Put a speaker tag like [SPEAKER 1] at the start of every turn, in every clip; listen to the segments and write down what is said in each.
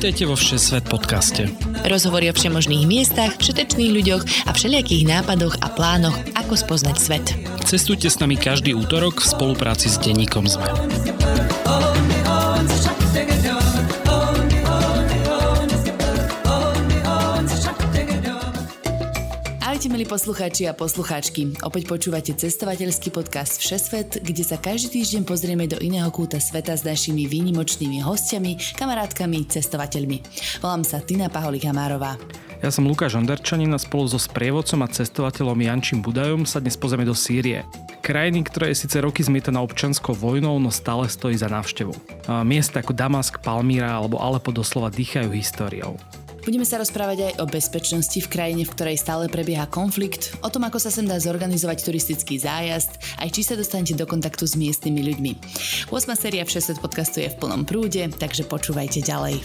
[SPEAKER 1] Vítajte vo Všesvet podcaste.
[SPEAKER 2] Rozhovory o všemožných miestach, všetečných ľuďoch a všelijakých nápadoch a plánoch, ako spoznať svet.
[SPEAKER 1] Cestujte s nami každý útorok v spolupráci s denníkom SME.
[SPEAKER 2] Ahojte milí poslucháči a poslucháčky. Opäť počúvate cestovateľský podcast Všesvet, kde sa každý týždeň pozrieme do iného kúta sveta s našimi výnimočnými hostiami, kamarátkami, cestovateľmi. Volám sa Tina Paholik-Hamárová.
[SPEAKER 1] Ja som Lukáš Onderčanin a spolu so sprievodcom a cestovateľom Jančím Budajom sa dnes pozrieme do Sýrie. Krajiny, ktorá je síce roky zmietaná občianskou vojnou, no stále stojí za návštevou. Miesta ako Damask, Palmíra alebo Alepo doslova dýchajú históriou.
[SPEAKER 2] Budeme sa rozprávať aj o bezpečnosti v krajine, v ktorej stále prebieha konflikt, o tom, ako sa sem dá zorganizovať turistický zájazd, aj či sa dostanete do kontaktu s miestnymi ľuďmi. 8. séria Všesvet podcastu je v plnom prúde, takže počúvajte ďalej.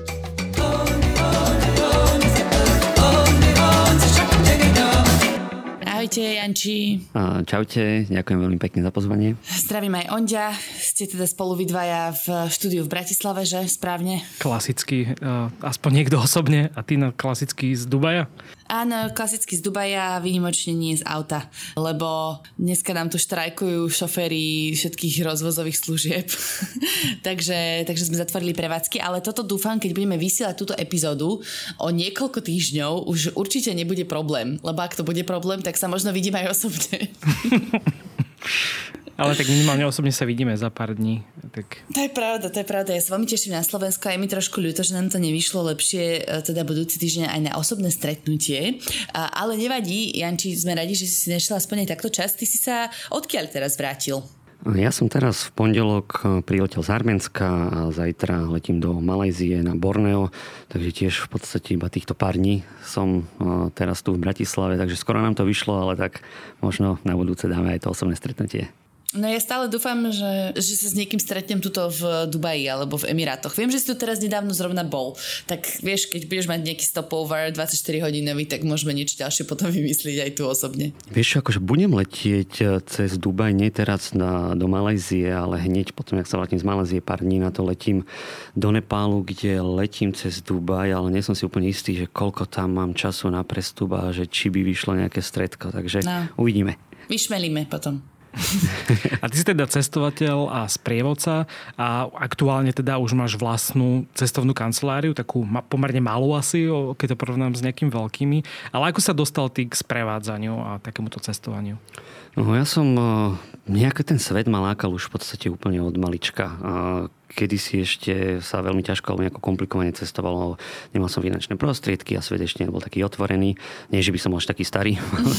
[SPEAKER 2] Ahojte, Janči.
[SPEAKER 3] Čaute, ďakujem veľmi pekne za pozvanie.
[SPEAKER 2] Zdravím aj Onďa. Ste teda spolu vy dvaja v štúdiu v Bratislave, že? Správne?
[SPEAKER 1] Klasicky, aspoň niekto osobne, a ty klasicky z Dubaja?
[SPEAKER 2] Áno, klasicky z Dubaja a výnimočne nie z auta, lebo dneska nám tu štrajkujú šoféri všetkých rozvozových služieb. takže sme zatvorili prevádzky, ale toto dúfam, keď budeme vysielať túto epizódu o niekoľko týždňov, už určite nebude problém, lebo ak to bude problém, tak sa možno vidíme aj osobne.
[SPEAKER 1] Ale tak minimálne osobne sa vidíme za pár dní. Tak...
[SPEAKER 2] To je pravda. Ja sa veľmi teším na Slovensko a je mi trošku ľúto, že nám to nevyšlo lepšie teda budúci týždeň aj na osobné stretnutie. Ale nevadí, Janči, sme radi, že si nešiel aspoň aj takto čas. Ty si sa odkiaľ teraz vrátil?
[SPEAKER 3] Ja som teraz v pondelok priletel z Arménska a zajtra letím do Malajzie na Borneo, takže tiež v podstate iba týchto pár dní som teraz tu v Bratislave, takže skoro nám to vyšlo, ale tak možno na budúce dáme aj to osobné stretnutie.
[SPEAKER 2] No ja stále dúfam, že sa s niekým stretnem tuto v Dubaji alebo v Emirátoch. Viem, že si tu teraz nedávno zrovna bol. Tak vieš, keď budeš mať nejaký stopover 24 hodinový, tak môžeme niečo ďalšie potom vymyslieť aj tu osobne.
[SPEAKER 3] Vieš, akože budem letieť cez Dubaj, nie teraz do Malajzie, ale hneď potom, ak sa vrátim z Malajzie, pár dní na to letím do Nepálu, kde letím cez Dubaj, ale nie som si úplne istý, že koľko tam mám času na prestup a že či by vyšlo nejaké stredko. Takže uvidíme.
[SPEAKER 2] Vyšmelíme potom.
[SPEAKER 1] A ty si teda cestovateľ a sprievodca a aktuálne teda už máš vlastnú cestovnú kanceláriu, takú pomerne malú asi, keď to porovnám s nejakými veľkými. Ale ako sa dostal ty k sprevádzaniu a takémuto cestovaniu?
[SPEAKER 3] No ja som nejaký ten svet ma lákal už v podstate úplne od malička. Kedysi ešte sa veľmi ťažko alebo nejako komplikovane cestovalo. Nemal som finančné prostriedky a svet ešte nebol taký otvorený. Nie, že by som až taký starý,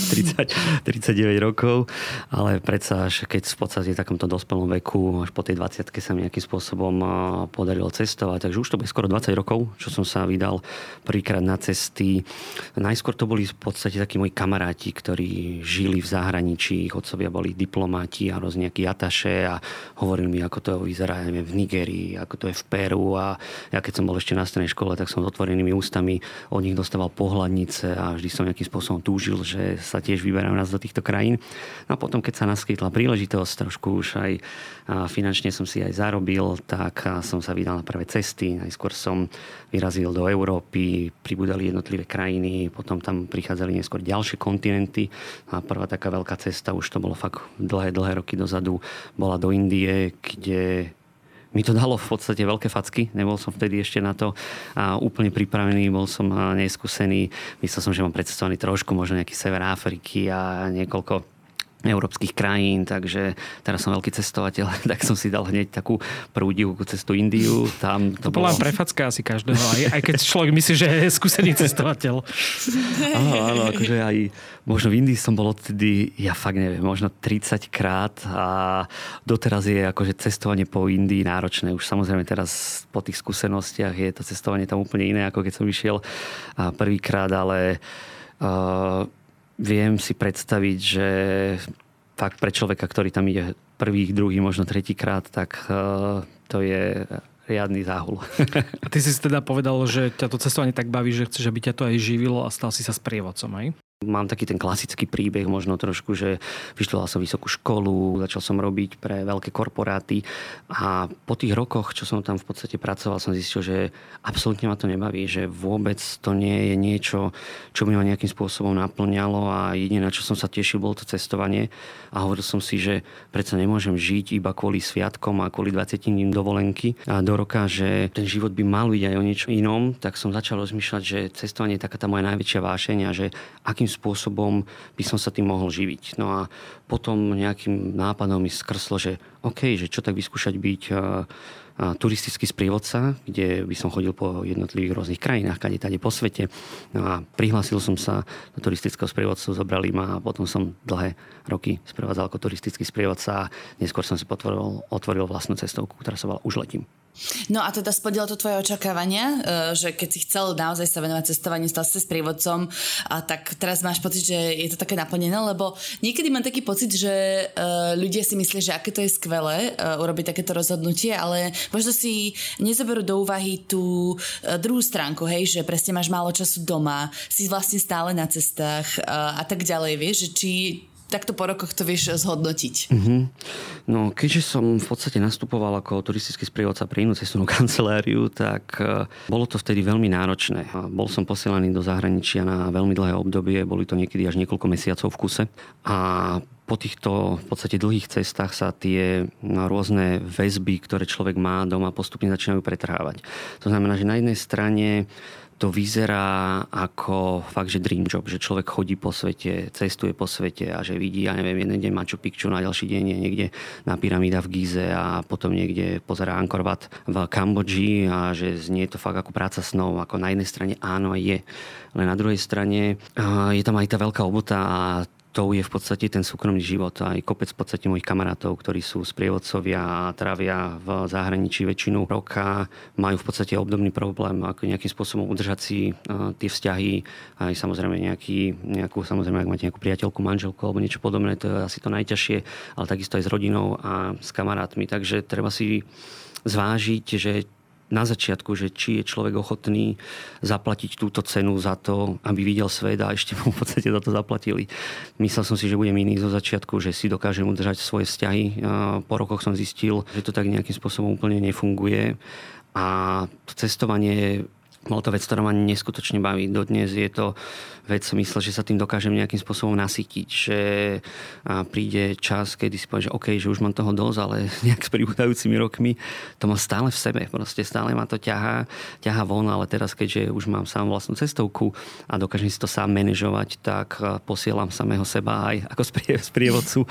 [SPEAKER 3] 39 rokov, ale predsa až keď v podstate v takomto dospelom veku, až po tej 20-ke sa mi nejakým spôsobom podarilo cestovať. Takže už to bude skoro 20 rokov, čo som sa vydal prvýkrát na cesty. Najskôr to boli v podstate takí moji kamaráti, ktorí žili v zahraničí. Ich otcovia boli diplomáti a nejakí ataše a hovorili mi, ako to vyzerá v Nigérii, ako to je v Peru, a ja keď som bol ešte na strednej škole, tak som s otvorenými ústami od nich dostával pohľadnice a vždy som nejakým spôsobom túžil, že sa tiež vyberajú nás do týchto krajín. No a potom, keď sa naskytla príležitosť, trošku už aj finančne som si aj zarobil, tak som sa vydal na prvé cesty. Najskôr som vyrazil do Európy, pribudali jednotlivé krajiny, potom tam prichádzali neskôr ďalšie kontinenty. A prvá taká veľká cesta, už to bolo fakt dlhé roky dozadu, bola do Indie, kde mi to dalo v podstate veľké facky. Nebol som vtedy ešte na to úplne pripravený, bol som neskúsený. Myslel som, že mám predstavovaný trošku možno nejaký sever Afriky a niekoľko európskych krajín, takže teraz som veľký cestovateľ, tak som si dal hneď takú prvú divokú cestu Indiu. Tam to bola prefacka asi každého, aj keď človek myslí, že je skúsený cestovateľ. Áno, akože aj možno v Indii som bol odtedy, ja fakt neviem, možno 30 krát a doteraz je akože cestovanie po Indii náročné. Už samozrejme teraz po tých skúsenostiach je to cestovanie tam úplne iné, ako keď som išiel prvýkrát, ale viem si predstaviť, že fakt pre človeka, ktorý tam ide prvý, druhý, možno tretíkrát, tak to je riadny záhul.
[SPEAKER 1] A ty si teda povedal, že ťa to cestovanie tak baví, že chceš, aby ťa to aj živilo a stal si sa sprievodcom, aj?
[SPEAKER 3] Mám taký ten klasický príbeh možno trošku, že vyštudoval som vysokú školu, začal som robiť pre veľké korporáty a po tých rokoch, čo som tam v podstate pracoval, som zistil, že absolútne ma to nebaví, že vôbec to nie je niečo, čo by ma nejakým spôsobom naplňalo a jediné, na čo som sa tešil, bolo to cestovanie a hovoril som si, že predsa nemôžem žiť iba kvôli sviatkom a kvôli 20 dní dovolenky a do roka, že ten život by mal byť aj o niečo inom, tak som začal rozmýšľať, že cestovanie je taká tá moja najväčšia vášeň a že akým spôsobom by som sa tým mohol živiť. No a potom nejakým nápadom mi skrslo, že OK, že čo tak vyskúšať byť turistický sprievodca, kde by som chodil po jednotlivých rôznych krajinách, kade po svete. No a prihlásil som sa do turistického sprievodcu, zobrali ma a potom som dlhé roky sprevádzal ako turistický sprievodca a neskôr som si otvoril vlastnú cestovku, ktorá sa volá Už letím.
[SPEAKER 2] No a teda spodilo to tvoje očakávania, že keď si chcel naozaj sa venovať cestovaniu, stal si sprievodcom a tak teraz máš pocit, že je to také naplnené, lebo niekedy mám taký pocit, že ľudia si myslia, že aké to je skvelé urobiť takéto rozhodnutie, ale možno si nezoberú do úvahy tú druhú stránku, hej, že presne máš málo času doma, si vlastne stále na cestách a tak ďalej, vieš, že či takto po rokoch to vieš zhodnotiť.
[SPEAKER 3] Mm-hmm. No, keďže som v podstate nastupoval ako turistický sprievodca pre inú cestovnú kanceláriu, tak bolo to vtedy veľmi náročné. Bol som posielaný do zahraničia na veľmi dlhé obdobie, boli to niekedy až niekoľko mesiacov v kuse. A po týchto v podstate dlhých cestách sa tie rôzne väzby, ktoré človek má doma, postupne začínajú pretrhávať. To znamená, že na jednej strane to vyzerá ako fakt, že dream job, že človek chodí po svete, cestuje po svete a že vidí, ja neviem, jeden deň Machu Picchu, na ďalší deň je niekde na pyramída v Gize a potom niekde pozerá Angkor Wat v Kambodži a že znie to fakt ako práca snov, ako na jednej strane áno je, ale na druhej strane je tam aj tá veľká obota a to je v podstate ten súkromný život. Aj kopec v podstate mojich kamarátov, ktorí sú sprievodcovia a trávia v zahraničí väčšinu roka, majú v podstate obdobný problém, ako nejakým spôsobom udržať si tie vzťahy, aj samozrejme samozrejme, ak máte nejakú priateľku, manželku alebo niečo podobné, to je asi to najťažšie, ale takisto aj s rodinou a s kamarátmi. Takže treba si zvážiť, že na začiatku, že či je človek ochotný zaplatiť túto cenu za to, aby videl svet a ešte mu v podstate za to zaplatili. Myslel som si, že budem iný zo začiatku, že si dokážem udržať svoje vzťahy. Po rokoch som zistil, že to tak nejakým spôsobom úplne nefunguje. A to cestovanie bolo to vec, ktorá ma neskutočne baví. Dodnes je to vec, myslel, že sa tým dokážem nejakým spôsobom nasytiť, že príde čas, kedy si poviem, že OK, že už mám toho dosť, ale nejak s pribúdajúcimi rokmi to má stále v sebe. Proste stále ma to ťahá von, ale teraz, keďže už mám sám vlastnú cestovku a dokážem si to sám manažovať, tak posielam samého seba aj ako sprievodcu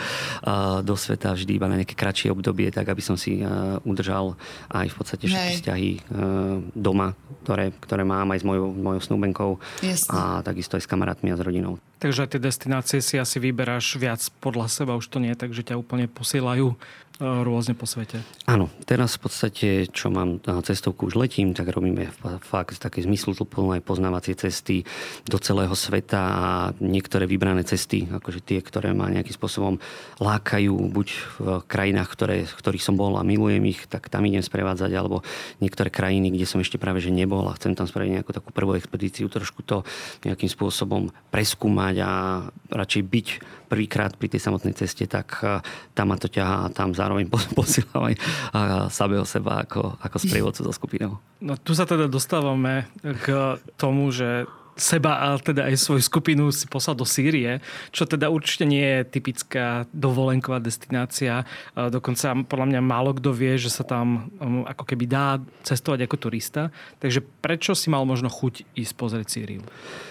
[SPEAKER 3] do sveta vždy iba na nejaké kratšie obdobie, tak aby som si udržal aj v podstate všetky vzťahy doma, ktoré mám aj s mojou snúbenkou. Jasne. A takisto aj s kamarátmi a s rodinou.
[SPEAKER 1] Takže aj tie destinácie si asi vyberáš viac podľa seba, už to nie je tak, že ťa úplne posielajú rôzne po svete.
[SPEAKER 3] Áno, teraz v podstate, čo mám cestovku Už letím, tak robíme fakt také zmysluplné poznávacie cesty do celého sveta a niektoré vybrané cesty, akože tie, ktoré ma nejakým spôsobom lákajú, buď v krajinách, ktorých som bol a milujem ich, tak tam idem sprevádzať, alebo niektoré krajiny, kde som ešte práve že nebol a chcem tam spraviť nejakú takú prvú expedíciu, trošku to nejakým spôsobom preskúmať a radšej byť prvýkrát pri tej samotnej ceste, tak tam ma to ťahá a tam zároveň posielam aj samého seba ako sprievodcu so skupinou.
[SPEAKER 1] No tu sa teda dostávame k tomu, že seba a teda aj svoju skupinu si poslal do Sýrie, čo teda určite nie je typická dovolenková destinácia. Dokonca podľa mňa málo kto vie, že sa tam ako keby dá cestovať ako turista. Takže prečo si mal možno chuť ísť pozrieť Sýriu?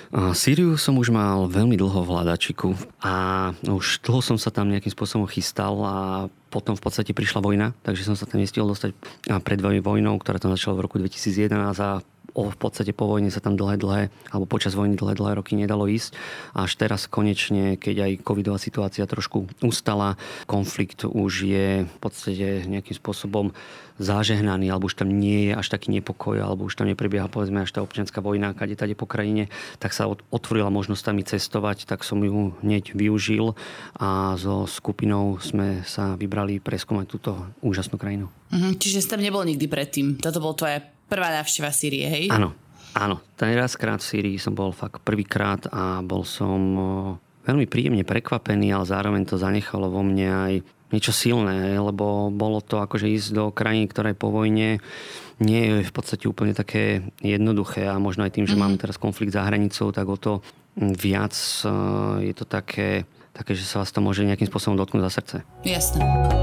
[SPEAKER 3] Sýriu som už mal veľmi dlho v hľadačiku a už dlho som sa tam nejakým spôsobom chystal a potom v podstate prišla vojna, takže som sa tam nestihol dostať pred vojnou, ktorá tam začala v roku 2011 a v podstate po vojne sa tam alebo počas vojny dlhé roky nedalo ísť. Až teraz konečne, keď aj covidová situácia trošku ustala, konflikt už je v podstate nejakým spôsobom zažehnaný, alebo už tam nie je až taký nepokoj, alebo už tam neprebieha povedzme až tá občianska vojna, kade tade po krajine, tak sa otvorila možnosť tam cestovať, tak som ju hneď využil a so skupinou sme sa vybrali preskúmať túto úžasnú krajinu.
[SPEAKER 2] Čiže si tam nebol nikdy predtým. Toto bol tvoja prvá návšteva Sýrie, hej?
[SPEAKER 3] Áno. Áno, tenrazkrát v Sýrii som bol fakt prvýkrát a bol som veľmi príjemne prekvapený, ale zároveň to zanechalo vo mne aj niečo silné, lebo bolo to akože ísť do krajiny, ktorá je po vojne, nie je v podstate úplne také jednoduché a možno aj tým, že máme teraz konflikt za hranicou, tak o to viac je to také, že sa vás to môže nejakým spôsobom dotknúť za srdce.
[SPEAKER 2] Jasné.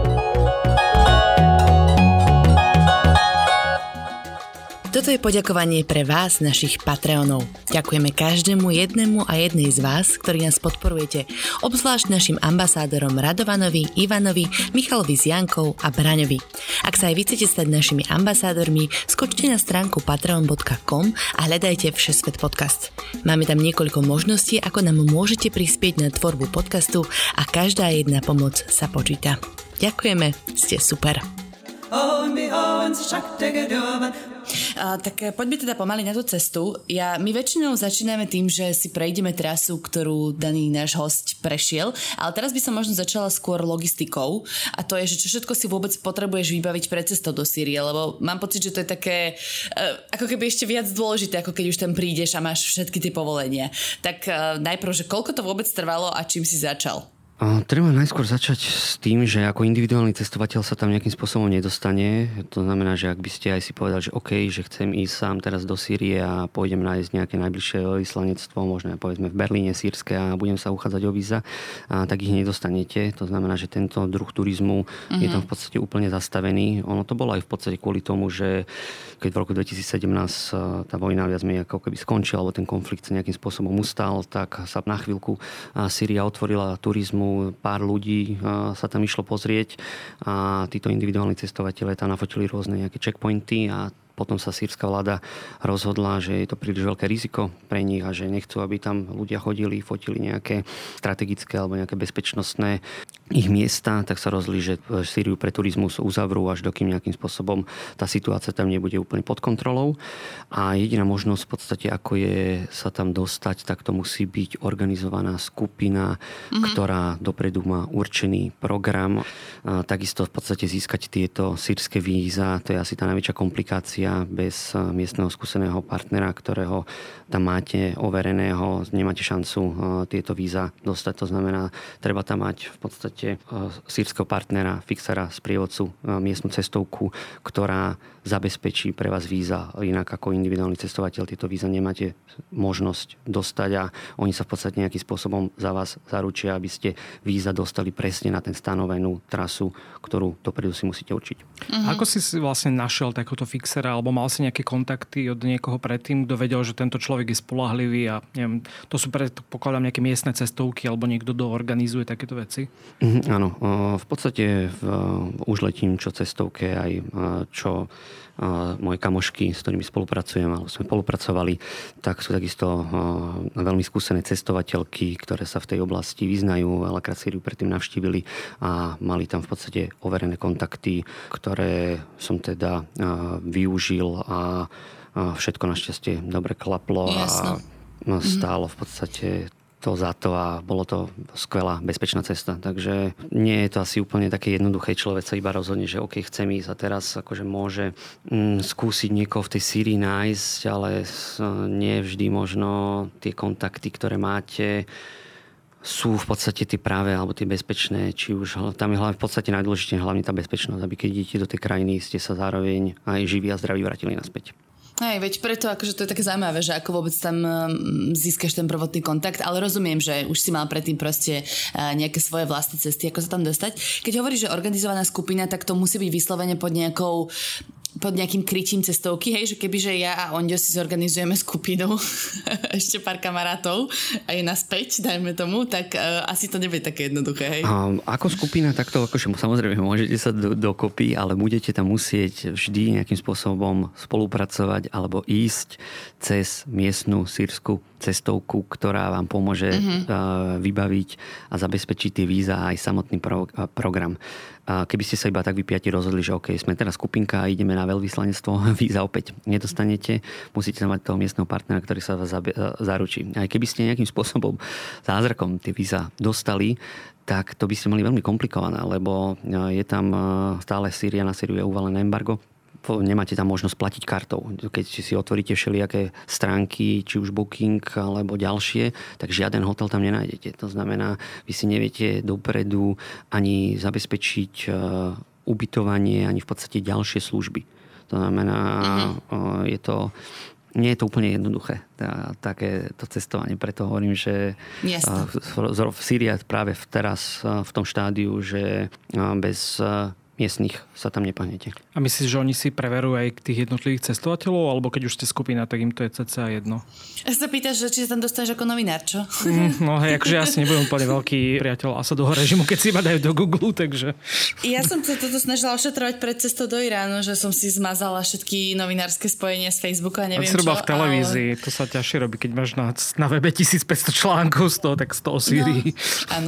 [SPEAKER 2] Toto je poďakovanie pre vás, našich Patreonov. Ďakujeme každému jednému a jednej z vás, ktorí nás podporujete, obzvlášť našim ambasádorom Radovanovi, Ivanovi, Michalovi s Jankou a Braňovi. Ak sa aj vy chcete stať našimi ambasádormi, skočte na stránku patreon.com a hľadajte Všesvet podcast. Máme tam niekoľko možností, ako nám môžete prispieť na tvorbu podcastu a každá jedna pomoc sa počíta. Ďakujeme, ste super. Tak poďme teda pomaly na tú cestu. My väčšinou začíname tým, že si prejdeme trasu, ktorú daný náš host prešiel, ale teraz by som možno začala skôr logistikou a to je, že čo všetko si vôbec potrebuješ vybaviť pred cestou do Sýrie, lebo mám pocit, že to je také ako keby ešte viac dôležité, ako keď už tam prídeš a máš všetky tie povolenia. Tak najprv, že koľko to vôbec trvalo a čím si začal?
[SPEAKER 3] Treba najskôr začať s tým, že ako individuálny cestovateľ sa tam nejakým spôsobom nedostane. To znamená, že ak by ste aj si povedali, že OK, že chcem ísť sám teraz do Sýrie a pôjdem nájsť nejaké najbližšie veľvyslanectvo, možno povedzme v Berlíne sírske a budem sa uchádzať o víza, tak ich nedostanete. To znamená, že tento druh turizmu je tam v podstate úplne zastavený. Ono to bolo aj v podstate kvôli tomu, že keď v roku 2017 tá vojna viac menej ako keby skončila, alebo ten konflikt sa nejakým spôsobom ustal, tak sa na chvíľku Sýria otvorila turizmu, pár ľudí sa tam išlo pozrieť a títo individuálni cestovatelia tam nafotili rôzne nejaké checkpointy a potom sa sýrska vláda rozhodla, že je to príliš veľké riziko pre nich a že nechcú, aby tam ľudia chodili, fotili nejaké strategické alebo nejaké bezpečnostné ich miesta, tak sa rozhodli, že Sýriu pre turizmus uzavrú, až dokým nejakým spôsobom tá situácia tam nebude úplne pod kontrolou. A jediná možnosť v podstate, ako je sa tam dostať, tak to musí byť organizovaná skupina, ktorá dopredu má určený program. Takisto v podstate získať tieto sýrske víza, to je asi tá najväčšia komplikácia bez miestneho skúseného partnera, ktorého tam máte overeného, nemáte šancu tieto víza dostať. To znamená, treba tam mať v podstate sýrskeho partnera, fixera, sprievodcu, miestnu cestovku, ktorá zabezpečí pre vás víza. Inak ako individuálny cestovateľ tieto víza nemáte možnosť dostať a oni sa v podstate nejakým spôsobom za vás zaručia, aby ste víza dostali presne na ten stanovenú trasu, ktorú dopredu si musíte určiť.
[SPEAKER 1] Ako si vlastne našiel takéto fixera, alebo mal si nejaké kontakty od niekoho predtým, kto vedel, že tento človek je spoľahlivý a neviem, to sú predpokladám nejaké miestne cestovky alebo niekto organizuje takéto veci?
[SPEAKER 3] Áno, v podstate už letím čo cestovke aj čo moje kamošky, s ktorými spolupracujem, alebo sme spolupracovali, tak sú takisto veľmi skúsené cestovateľky, ktoré sa v tej oblasti vyznajú, veľakrát Sýriu predtým navštívili a mali tam v podstate overené kontakty, ktoré som teda využil a všetko našťastie dobre klaplo.
[SPEAKER 2] Jasno.
[SPEAKER 3] A stálo v podstate to za to a bolo to skvelá, bezpečná cesta. Takže nie je to asi úplne také jednoduché. Človek sa iba rozhodne, že OK, chcem ísť a teraz akože môže skúsiť niekoho v tej Sýrii nájsť, ale nie vždy možno tie kontakty, ktoré máte, sú v podstate tie práve alebo tie bezpečné. Či už tam je v podstate najdôležitejšie hlavne tá bezpečnosť, aby keď idete do tej krajiny, ste sa zároveň aj živí a zdraví vrátili naspäť.
[SPEAKER 2] Hej, veď preto akože to je také zaujímavé, že ako vôbec tam získaš ten prvotný kontakt, ale rozumiem, že už si mal predtým proste nejaké svoje vlastné cesty, ako sa tam dostať. Keď hovoríš, že organizovaná skupina, tak to musí byť vyslovene pod nejakým krytím cestovky, hej, že kebyže ja a Ondio si zorganizujeme skupinu, ešte pár kamarátov a je naspäť, dajme tomu, tak asi to nebude také jednoduché, hej.
[SPEAKER 3] Ako skupina, takto akože samozrejme môžete sa dokopy, ale budete tam musieť vždy nejakým spôsobom spolupracovať alebo ísť cez miestnu sýrsku cestovku, ktorá vám pomôže vybaviť a zabezpečiť tie víza a aj samotný program. Keby ste sa iba tak vypiati rozhodli, že OK, sme teraz skupinka a ideme na veľvyslanectvo, víza opäť nedostanete, musíte tam mať toho miestneho partnera, ktorý sa vás zaručí. Aj keby ste nejakým spôsobom zázrakom tie víza dostali, tak to by ste mali veľmi komplikované, lebo je tam stále Sýria, na Sýriu je uvalené embargo. nemáte tam možnosť platiť kartou. Keď si otvoríte všelijaké stránky, či už Booking alebo ďalšie, tak žiaden hotel tam nenájdete. To znamená, vy si neviete dopredu ani zabezpečiť ubytovanie, ani v podstate ďalšie služby. To znamená, nie je to úplne jednoduché, takéto cestovanie. Preto hovorím, že v Sýrii práve teraz v tom štádiu, že bez miestnych sa tam nepahnete.
[SPEAKER 1] A myslíš, že oni si preverujú aj tých jednotlivých cestovateľov, alebo keď už ste skupina, tak im to je cca jedno?
[SPEAKER 2] Ja sa pýtaš, že či sa tam dostaneš ako novinár, čo?
[SPEAKER 1] No hej, akože ja si nebudem úplne veľký priateľ Asadovho režimu, keď si ma dajú do Google, takže...
[SPEAKER 2] Ja som sa toto snažila ošetrovať pred cestou do Iránu, že som si zmazala všetky novinárske spojenia z Facebooka a neviem čo.
[SPEAKER 1] V televízii, to sa ťažšie robí, keď máš na webe 1500 článkov z toho, tak 100 o Sýrii.
[SPEAKER 2] No, áno.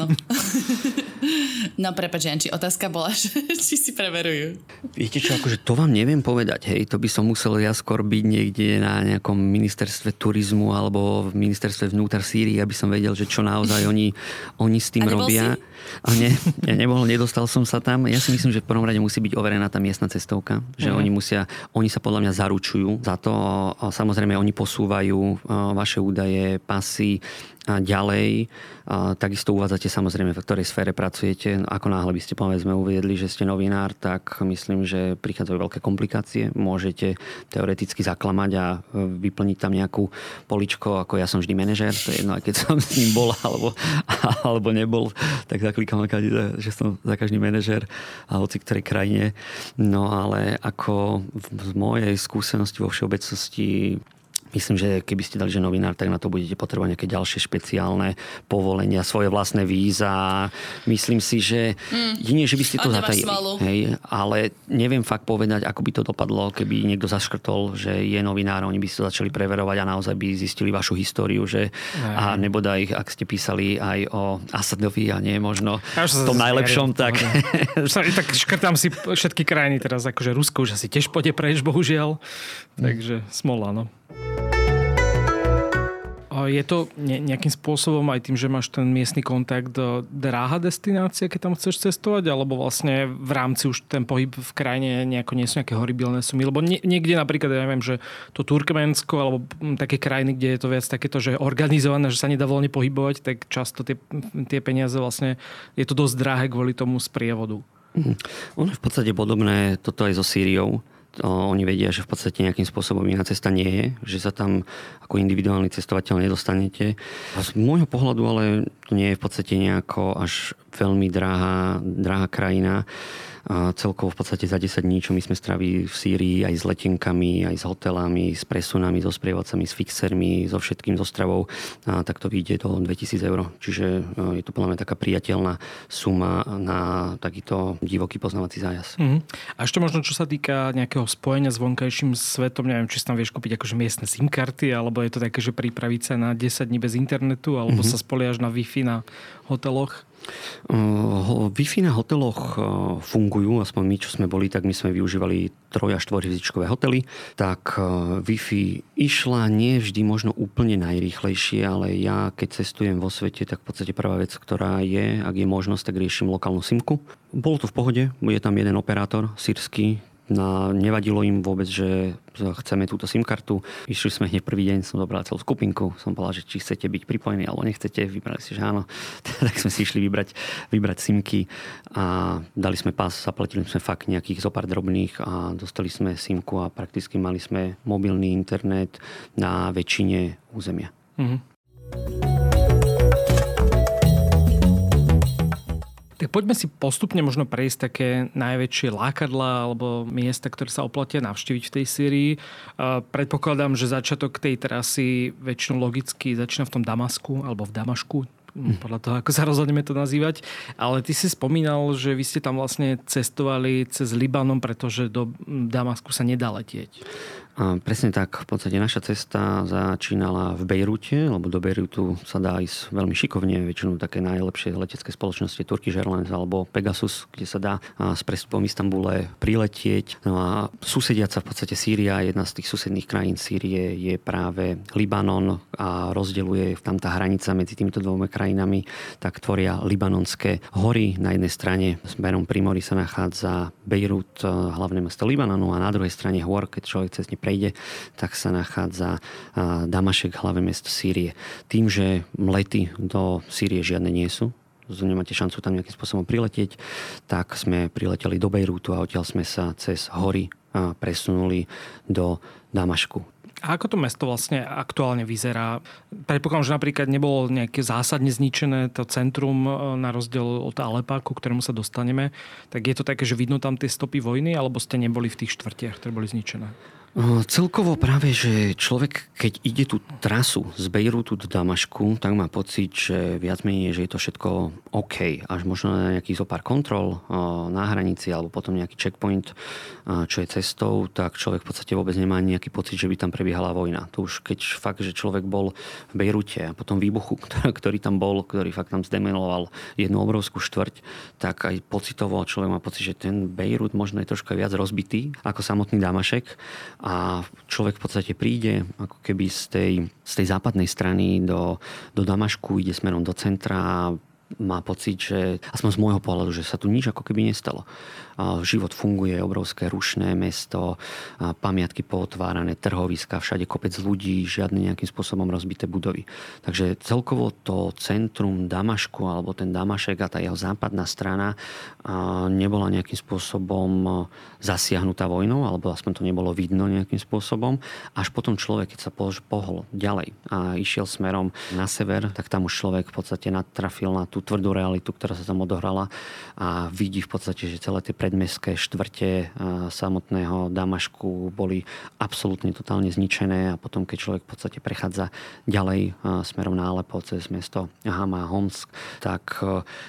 [SPEAKER 2] No prepáč, Janči, otázka bola, že či si preverujú.
[SPEAKER 3] Viete čo, akože to vám neviem povedať, hej, to by som musel ja skôr byť niekde na nejakom ministerstve turizmu alebo v ministerstve vnútra Sýrii, aby som vedel, že čo naozaj oni s tým robia. A nie, ja nedostal som sa tam. Ja si myslím, že v prvom rade musí byť overená tá miestna cestovka, že oni sa podľa mňa zaručujú za to. A samozrejme, oni posúvajú vaše údaje, pasy a ďalej. Takisto uvádzate samozrejme, v ktorej sfére pracujete. Ako náhle by ste povedzme uviedli, že ste novinár, tak myslím, že prichádzajú veľké komplikácie. Môžete teoreticky zaklamať a vyplniť tam nejakú poličko, ako ja som vždy manažér, to je jedno, aj keď som s ním bol alebo nebol, tak zaklikám, že som za každý manažér a hoci ktorej krajine. No ale ako z mojej skúsenosti vo všeobecnosti myslím, že keby ste dali, že novinár, tak na to budete potrebovať nejaké ďalšie špeciálne povolenia, svoje vlastné víza. Myslím si, že jedine, že by ste to zatajili. Hej, ale neviem fakt povedať, ako by to dopadlo, keby niekto zaškrtol, že je novinár, oni by si to začali preverovať a naozaj by zistili vašu históriu, že a nebodaj, ak ste písali aj o Asadovi a nie možno v tom najlepšom, tak...
[SPEAKER 1] Tak škrtám si všetky krajiny teraz, akože Rusko už asi tiež pôjde preč, bohužiaľ. Takže smola, no. Je to nejakým spôsobom aj tým, že máš ten miestny kontakt dráha destinácia, keď tam chceš cestovať, alebo vlastne v rámci už ten pohyb v krajine nejako nie sú nejaké horibilné sumy? Lebo niekde napríklad, ja neviem, že to Turkmensko alebo také krajiny, kde je to viac takéto, že organizované, že sa nedá voľne pohybovať, tak často tie peniaze vlastne je to dosť drahé kvôli tomu sprievodu.
[SPEAKER 3] Ono je v podstate podobné toto aj so Sýriou. Oni vedia, že v podstate nejakým spôsobom iná cesta nie je, že sa tam ako individuálny cestovateľ nedostanete. A z môjho pohľadu ale to nie je v podstate nejako až veľmi drahá krajina. A celkovo v podstate za 10 dní, čo my sme strávili v Sýrii aj s letenkami, aj s hotelami, s presunami, so sprievodcami, s fixermi, so všetkým, so stravou, tak to vyjde do 2000 eur. Čiže je to podľa mňa taká priateľná suma na takýto divoký poznávací zájazd.
[SPEAKER 1] A ešte možno, čo sa týka nejakého spojenia s vonkajším svetom, neviem, či si tam vieš kúpiť akože miestne SIM-karty, alebo je to také, že pripraviť sa na 10 dní bez internetu, alebo sa spoliaš na Wi-Fi na hoteloch?
[SPEAKER 3] Wi-Fi na hoteloch fungujú, aspoň my, čo sme boli, tak my sme využívali 3- a 4-hviezdičkové hotely, tak Wi-Fi išla nie vždy možno úplne najrýchlejšie, ale ja keď cestujem vo svete, tak v podstate prvá vec, ktorá je, ak je možnosť, tak riešim lokálnu simku. Bolo to v pohode, je tam jeden operátor sírsky, nevadilo im vôbec, že chceme túto SIM-kartu. Išli sme hneď prvý deň, som zobral celú skupinku, som povedal, že či chcete byť pripojení alebo nechcete, vybrali si, že áno. Tak sme si išli vybrať SIM-ky a dali sme pás, zaplatili sme fakt nejakých zopár drobných a dostali sme SIM-ku a prakticky mali sme mobilný internet na väčšine územia.
[SPEAKER 1] Tak poďme si postupne možno prejsť také najväčšie lákadlá alebo miesta, ktoré sa oplatia navštíviť v tej Sýrii. Predpokladám, že začiatok tej trasy väčšinou logicky začína v tom Damasku alebo v Damašku, podľa toho, ako sa rozhodneme to nazývať. Ale ty si spomínal, že vy ste tam vlastne cestovali cez Libanon, pretože do Damasku sa nedá letieť.
[SPEAKER 3] Presne tak. V podstate naša cesta začínala v Bejrúte, lebo do Bejrútu sa dá ísť veľmi šikovne. Väčšinou také najlepšie letecké spoločnosti Turkish Airlines alebo Pegasus, kde sa dá s prestupom v Istanbule priletieť. No a susediaca v podstate Sýria, jedna z tých susedných krajín Sýrie je práve Libanon a rozdeľuje tam tá hranica medzi týmito dvoma krajinami, tak tvoria libanonské hory. Na jednej strane smerom pri mori sa nachádza Bejrút, hlavné mesto Libanonu, a na druhej strane hôr, keď človek cez ne prejde, tak sa nachádza Damašek, hlavné mesto Sýrie. Tým, že lety do Sýrie žiadne nie sú, nemáte šancu tam nejakým spôsobom priletieť, tak sme prileteli do Bejrútu a odtiaľ sme sa cez hory presunuli do Damašku.
[SPEAKER 1] A ako to mesto vlastne aktuálne vyzerá? Predpokladám, že napríklad nebolo nejaké zásadne zničené to centrum na rozdiel od Alepa, ku ktorému sa dostaneme. Tak je to také, že vidno tam tie stopy vojny, alebo ste neboli v tých štvrtiach, ktoré boli zničené?
[SPEAKER 3] Celkovo práve, že človek, keď ide tú trasu z Bejrútu do Damašku, tak má pocit, že viac menej, že je to všetko OK. Až možno na nejakých zopár kontrol na hranici alebo potom nejaký checkpoint, čo je cestou, tak človek v podstate vôbec nemá nejaký pocit, že by tam prebiehala vojna. To už keď fakt, že človek bol v Bejrúte a potom výbuchu, ktorý tam bol, ktorý fakt tam zdemiloval jednu obrovskú štvrť, tak aj pocitovo človek má pocit, že ten Bejrút možno je troška viac rozbitý ako samotný Damašek. A človek v podstate príde ako keby z tej západnej strany do Damašku, ide smerom do centra a má pocit, že aspoň z môjho pohľadu, že sa tu nič ako keby nestalo. Život funguje, obrovské rušné mesto, pamiatky pootvárané, trhoviska, všade kopec ľudí, žiadne nejakým spôsobom rozbité budovy. Takže celkovo to centrum Damašku alebo ten Damašek a tá jeho západná strana nebola nejakým spôsobom zasiahnutá vojnou, alebo aspoň to nebolo vidno nejakým spôsobom. Až potom človek, keď sa pohol ďalej a išiel smerom na sever, tak tam už človek v podstate natrafil na tú tvrdú realitu, ktorá sa tam odohrala a vidí v podstate, že celé tie predmestské štvrte samotného Damašku boli absolútne totálne zničené a potom, keď človek v podstate prechádza ďalej smerom na Alepo cez mesto Hama a Homsk, tak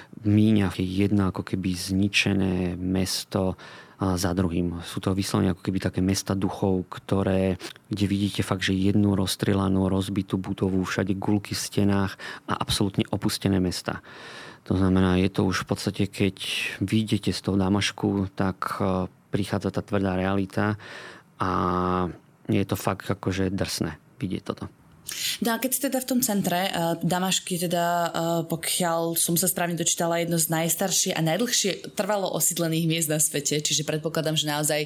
[SPEAKER 3] míňa jedno ako keby zničené mesto za druhým. Sú to vyslovene ako keby také mesta duchov, kde vidíte fakt, že jednu rozstrielanú, rozbitú budovu, všade guľky v stenách a absolútne opustené mesta. To znamená, je to už v podstate, keď vyjdete z toho Damašku, tak prichádza tá tvrdá realita a je to fakt akože drsné vidieť toto.
[SPEAKER 2] No a keď si teda v tom centre, Damašk je teda, pokiaľ som sa správne dočítala, jedno z najstaršie a najdlhšie trvalo osídlených miest na svete, čiže predpokladám, že naozaj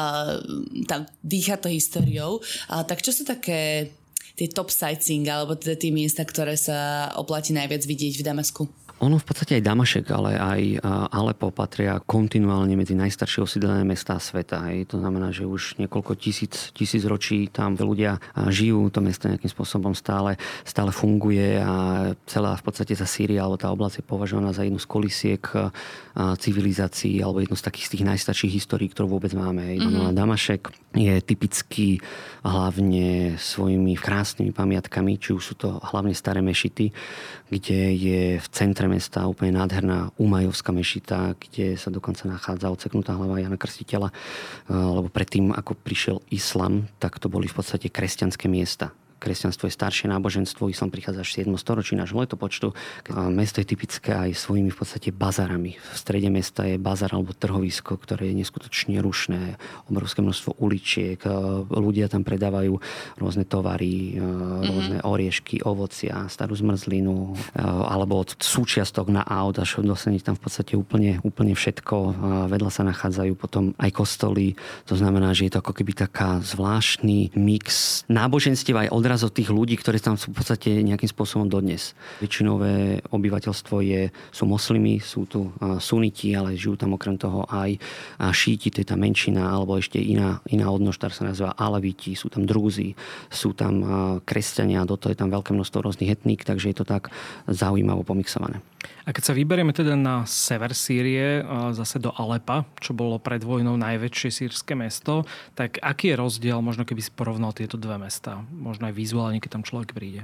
[SPEAKER 2] tam dýcha to históriou. Tak čo sú také tie top sightseeing, alebo teda tie miesta, ktoré sa oplatí najviac vidieť v Damasku?
[SPEAKER 3] Ono v podstate aj Damašek, ale aj Alepo patria kontinuálne medzi najstaršie osídlené mestá sveta. To znamená, že už niekoľko tisíc ročí tam ľudia žijú, to mesto nejakým spôsobom stále funguje a celá v podstate tá Sýria alebo tá oblasť je považovaná za jednu z kolisiek civilizácií alebo jednu z takých z tých najstarších histórií, ktorú vôbec máme. No a Damašek je typický hlavne svojimi krásnymi pamiatkami, či už sú to hlavne staré mešity, kde je v centre mesta úplne nádherná Umajovská mešita, kde sa dokonca nachádza odseknutá hlava Jana Krstiteľa, lebo predtým, ako prišiel islam, tak to boli v podstate kresťanské miesta. Kresťanstvo je staršie náboženstvo, islám prichádza až v 7. storočí nášho letopočtu. Mesto je typické aj svojimi v podstate bazarami. V strede mesta je bazar alebo trhovisko, ktoré je neskutočne rušné, obrovské množstvo uličiek, ľudia tam predávajú rôzne tovary, rôzne oriešky, ovocia, starú zmrzlinu, alebo od súčiastok na aut, až dosť tam v podstate úplne všetko. Vedľa sa nachádzajú potom aj kostoly, to znamená, že je to ako keby taká zvláštny mix náboženstiev aj odraz od tých ľudí, ktorí tam sú v podstate nejakým spôsobom dodnes. Väčšinové obyvateľstvo sú moslimi, sú tu suniti, ale žijú tam okrem toho aj šíti, to je tá menšina, alebo ešte iná odnož, ktorá sa nazýva Aleviti, sú tam drúzi, sú tam kresťania, do toho je tam veľké množstvo rôznych etník, takže je to tak zaujímavo pomixované.
[SPEAKER 1] A keď sa vyberieme teda na sever Sýrie, zase do Alepa, čo bolo pred vojnou najväčšie sýrske mesto, tak aký je rozdiel, možno keby si porovnal tieto dve mestá? Možno aj vizuálne, keď tam človek príde.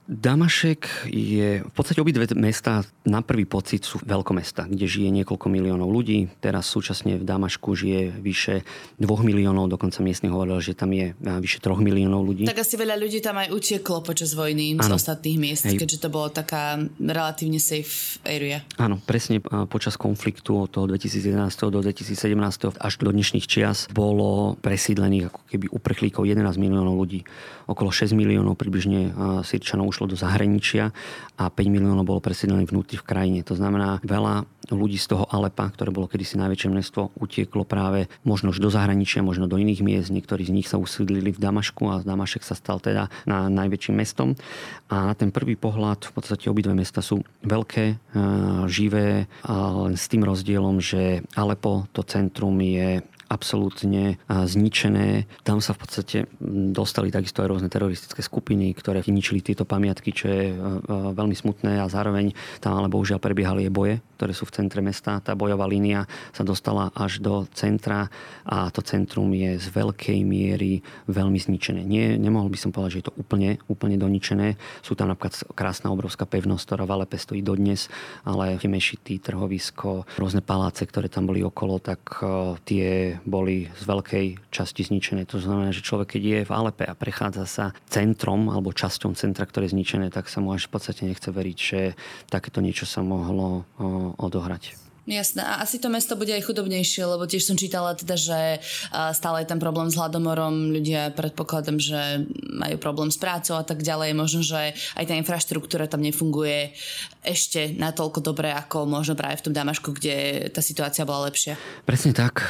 [SPEAKER 3] Damašek je, v podstate obidve mesta na prvý pocit sú veľkomesta, kde žije niekoľko miliónov ľudí. Teraz súčasne v Damašku žije vyše 2 miliónov, dokonca miestny hovoril, že tam je vyše 3 miliónov ľudí.
[SPEAKER 2] Tak asi veľa ľudí tam aj utieklo počas vojny z ostatných miest, keďže to bolo taká relatívne safe area.
[SPEAKER 3] Áno, presne počas konfliktu od toho 2011. do 2017. až do dnešných čias bolo presídlených ako keby uprchlíkov 11 miliónov ľudí. Okolo 6 miliónov približne Sýrčanov ušlo do zahraničia a 5 miliónov bolo presídlených vnútri v krajine. To znamená, veľa ľudí z toho Alepa, ktoré bolo kedysi najväčšie mesto, utieklo práve možno už do zahraničia, možno do iných miest. Niektorí z nich sa usídlili v Damašku a Damašek sa stal teda najväčším mestom. A na ten prvý pohľad v podstate obidve mesta sú veľké, živé, len s tým rozdielom, že Alepo, to centrum, je absolútne zničené. Tam sa v podstate dostali takisto aj rôzne teroristické skupiny, ktoré ničili tieto pamiatky, čo je veľmi smutné, a zároveň tam ale bohužiaľ prebiehali aj boje, ktoré sú v centre mesta. Tá bojová línia sa dostala až do centra a to centrum je z veľkej miery veľmi zničené. Nemohol by som povedať, že je to úplne doničené. Sú tam napríklad krásna obrovská pevnosť, ktorá v Alepe stojí dodnes, ale tie mešity, trhovisko, rôzne paláce, ktoré tam boli okolo, tak tie boli z veľkej časti zničené. To znamená, že človek, keď je v Alepe a prechádza sa centrom alebo časťou centra, ktoré je zničené, tak sa mu až v podstate nechce veriť, že takéto niečo sa mohlo odohrať.
[SPEAKER 2] Jasné. A asi to mesto bude aj chudobnejšie, lebo tiež som čítala teda, že stále je tam problém s hladomorom. Ľudia, predpokladám, že majú problém s prácou a tak ďalej. Možno, že aj tá infraštruktúra tam nefunguje ešte natoľko dobre, ako možno práve v tom Damašku, kde tá situácia bola lepšia.
[SPEAKER 3] Presne tak.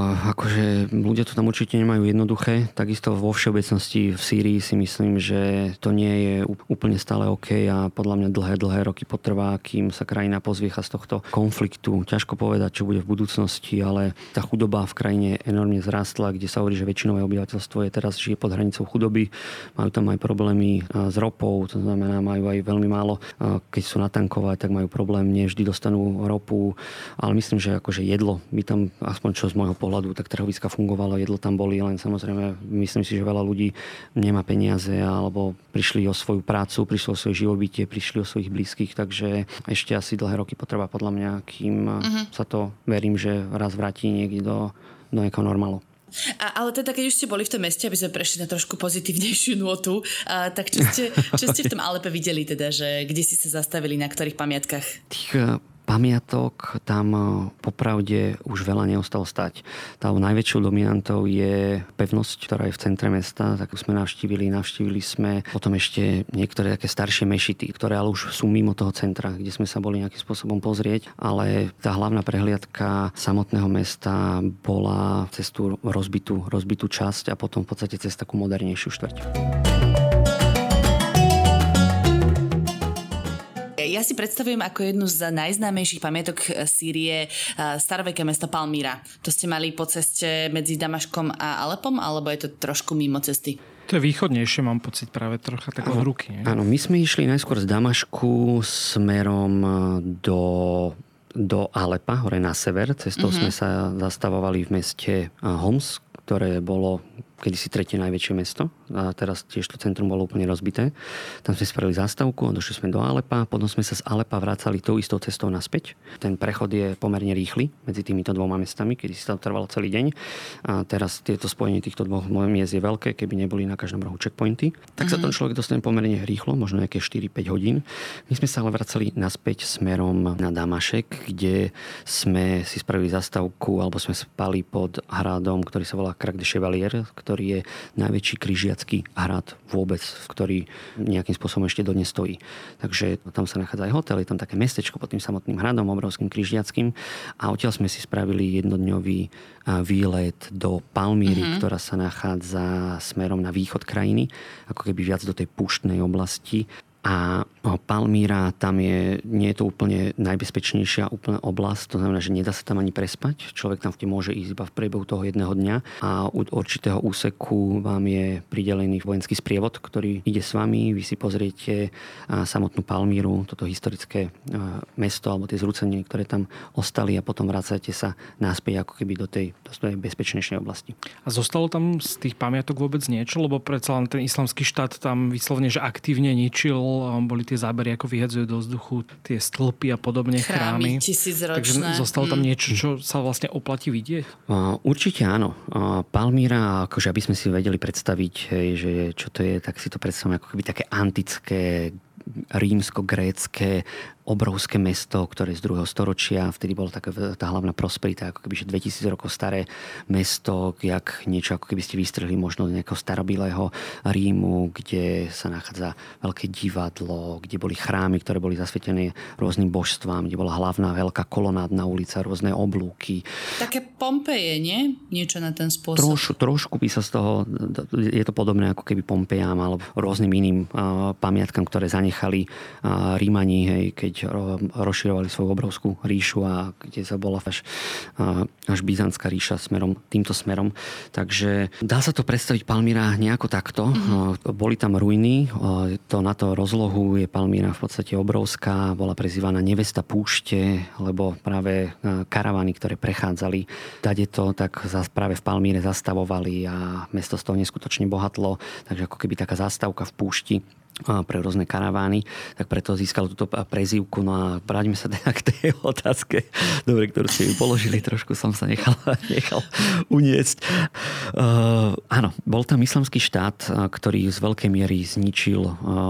[SPEAKER 3] Akože ľudia to tam určite nemajú jednoduché. Takisto vo všeobecnosti v Sýrii si myslím, že to nie je úplne stále OK a podľa mňa dlhé roky potrvá, kým sa krajina pozviecha z tohto konfliktu. Ťažko povedať, čo bude v budúcnosti, ale tá chudoba v krajine enormne zrástla, kde sa hovorí, že väčšinové obyvateľstvo žije pod hranicou chudoby. Majú tam aj problémy s ropou, to znamená, majú aj veľmi málo. Keď sú natankovať, tak majú problém, nie vždy dostanú ropu, ale myslím, že akože jedlo by tam, aspoň čo z môjho pohľadu, tak trhoviska fungovalo, jedlo tam boli, len samozrejme myslím si, že veľa ľudí nemá peniaze alebo prišli o svoju prácu, prišli o svoje živobytie, prišli o svojich blízkych, takže ešte asi dlhé roky potrvá podľa mňa, kým sa to, verím, že raz vráti niekde do nejakého normálu.
[SPEAKER 2] Ale teda, keď už ste boli v tom meste, aby sme prešli na trošku pozitívnejšiu nôtu, tak čo ste v tom Alepe videli teda, že kde si sa zastavili, na ktorých pamiatkách?
[SPEAKER 3] Tých pamiatok tam popravde už veľa neostalo stať. Tá najväčšou dominantou je pevnosť, ktorá je v centre mesta, tak sme navštívili sme potom ešte niektoré také staršie mešity, ktoré ale už sú mimo toho centra, kde sme sa boli nejakým spôsobom pozrieť, ale tá hlavná prehliadka samotného mesta bola cez tú rozbitú časť a potom v podstate cez takú modernejšiu štvrť.
[SPEAKER 2] Ja si predstavujem ako jednu z najznámejších pamiatok Sýrie staroveké mesto Palmíra. To ste mali po ceste medzi Damaškom a Alepom, alebo je to trošku mimo cesty?
[SPEAKER 1] To je východnejšie, mám pocit, práve trocha tak od ruky. Nie?
[SPEAKER 3] Áno, my sme išli najskôr z Damašku smerom do Alepa, hore na sever. Cestou sme sa zastavovali v meste Homs, ktoré bolo kedysi tretie najväčšie mesto a teraz tiež to centrum bolo úplne rozbité. Tam sme spravili zástavku a došli sme do Alepa, potom sme sa z Alepa vracali tou istou cestou naspäť. Ten prechod je pomerne rýchly medzi týmito dvoma mestami, kedy si tam trvalo celý deň. A teraz tieto spojenie týchto dvoch miest je veľké, keby neboli na každom rohu checkpointy. Tak sa ten človek dostane pomerne rýchlo, možno nejaké 4-5 hodín. My sme sa ale vracali naspäť smerom na Damašek, kde sme si spravili zástavku, alebo sme spali pod hradom, ktorý sa volá Crac de Chevalier, ktorý je najväčší križiacky hrad vôbec, ktorý nejakým spôsobom ešte dodnes stojí. Takže tam sa nachádza aj hotel, je tam také mestečko pod tým samotným hradom, obrovským križiackým, a odtiaľ sme si spravili jednodňový výlet do Palmíry, ktorá sa nachádza smerom na východ krajiny, ako keby viac do tej púštnej oblasti. A Palmíra, tam nie je to úplne najbezpečnejšia úplne oblasť, to znamená, že nedá sa tam ani prespať. Človek tam môže ísť iba v priebehu toho jedného dňa a u určitého úseku vám je pridelený vojenský sprievod, ktorý ide s vami. Vy si pozriete samotnú Palmíru, toto historické mesto alebo tie zrúceniny, ktoré tam ostali, a potom vracate sa naspäť ako keby do tej bezpečnejšej oblasti.
[SPEAKER 1] A zostalo tam z tých pamiatok vôbec niečo? Lebo predsa len ten islamský štát tam vyslovene, že aktívne ničil videl, boli tie zábery, ako vyhadzujú do vzduchu tie stĺpy a podobne, chrámy.
[SPEAKER 2] Tisícročné.
[SPEAKER 1] Takže zostalo tam niečo, čo sa vlastne oplatí vidieť?
[SPEAKER 3] Určite áno. Palmyra, akože aby sme si vedeli predstaviť, hej, že čo to je, tak si to predstavíme ako keby také antické, rímsko-grécké obrovské mesto, ktoré z 2. storočia, vtedy bola tá hlavná prosperita, ako keby že 2000 rokov staré mesto, jak niečo, ako keby ste vystrhli možno do nejakého starobilého Rímu, kde sa nachádza veľké divadlo, kde boli chrámy, ktoré boli zasvetené rôznym božstvám, kde bola hlavná veľká kolonádna ulica, rôzne oblúky.
[SPEAKER 2] Také Pompeje, nie? Niečo na ten spôsob.
[SPEAKER 3] Trošku by sa z toho, je to podobné ako keby Pompejám alebo rôznym iným pamiatkám, ktoré zanechali Rímani, hej, keď rozširovali svoju obrovskú ríšu a kde sa bola až byzantská ríša týmto smerom. Takže dá sa to predstaviť Palmyra nejako takto. Boli tam ruiny, na to rozlohu je Palmyra v podstate obrovská, bola prezývaná nevesta púšte, lebo práve karavany, ktoré prechádzali tadeto, tak práve v Palmyre zastavovali a mesto z toho neskutočne bohatlo, takže ako keby taká zástavka v púšti pre rôzne karavány, tak preto získalo túto prezývku. No a vráťme sa teda k tej otázke, dobre, ktorú ste mi položili, trošku som sa nechal uniesť. Áno, bol tam islamský štát, ktorý z veľkej miery zničil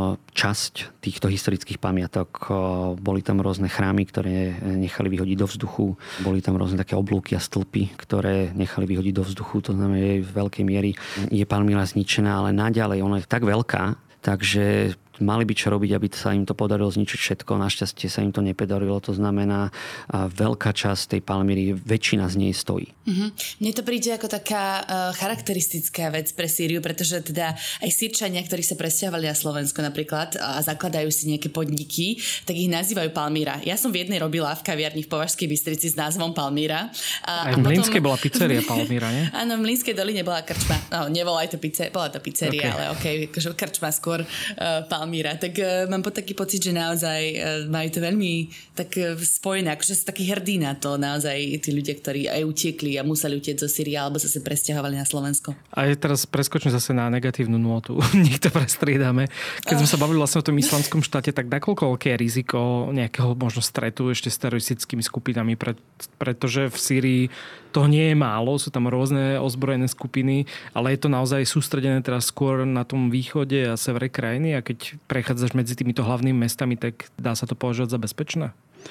[SPEAKER 3] časť týchto historických pamiatok. Boli tam rôzne chrámy, ktoré nechali vyhodiť do vzduchu. Boli tam rôzne také oblúky a stĺpy, ktoré nechali vyhodiť do vzduchu. To znamená, že v veľkej miery je Palmyra zničená, ale naďalej ona je tak veľká, takže mali by čo robiť, aby sa im to podarilo zničiť všetko. Našťastie sa im to nepodarilo. To znamená, veľká časť tej Palmyry, väčšina z nej stojí.
[SPEAKER 2] Mne to príde ako taká charakteristická vec pre Sýriu, pretože teda aj Sýrčania, ktorí sa presťahovali na Slovensko napríklad a zakladajú si nejaké podniky, tak ich nazývajú Palmyra. Ja som v jednej robila v kaviarni v Považskej Bystrici s názvom Palmyra.
[SPEAKER 1] Aj v Mlynskej bola pizzeria Palmyra, nie?
[SPEAKER 2] Áno, v Mlynskej doline bola krčma. No, nebola aj to pizzeria, bola to pizzeria, ale krčma skôr Palmyra. Tak mám taký pocit, že naozaj majú to veľmi tak spojené, akože sú takí hrdí na to naozaj tí ľudia, ktorí aj utiekli a museli utiecť zo Sýrie alebo sa presťahovali na Slovensko.
[SPEAKER 1] A teraz preskočím zase na negatívnu nôtu. Nech to prestriedame. Keď sme sa bavili vlastne o tom islamskom štáte, tak nakoľko veľké je riziko nejakého možno stretu ešte s teroristickými skupinami, pretože v Sýrii toho nie je málo, sú tam rôzne ozbrojené skupiny, ale je to naozaj sústredené teraz skôr na tom východe a severe krajiny a keď prechádzaš medzi týmito hlavnými mestami, tak dá sa to považovať za bezpečné?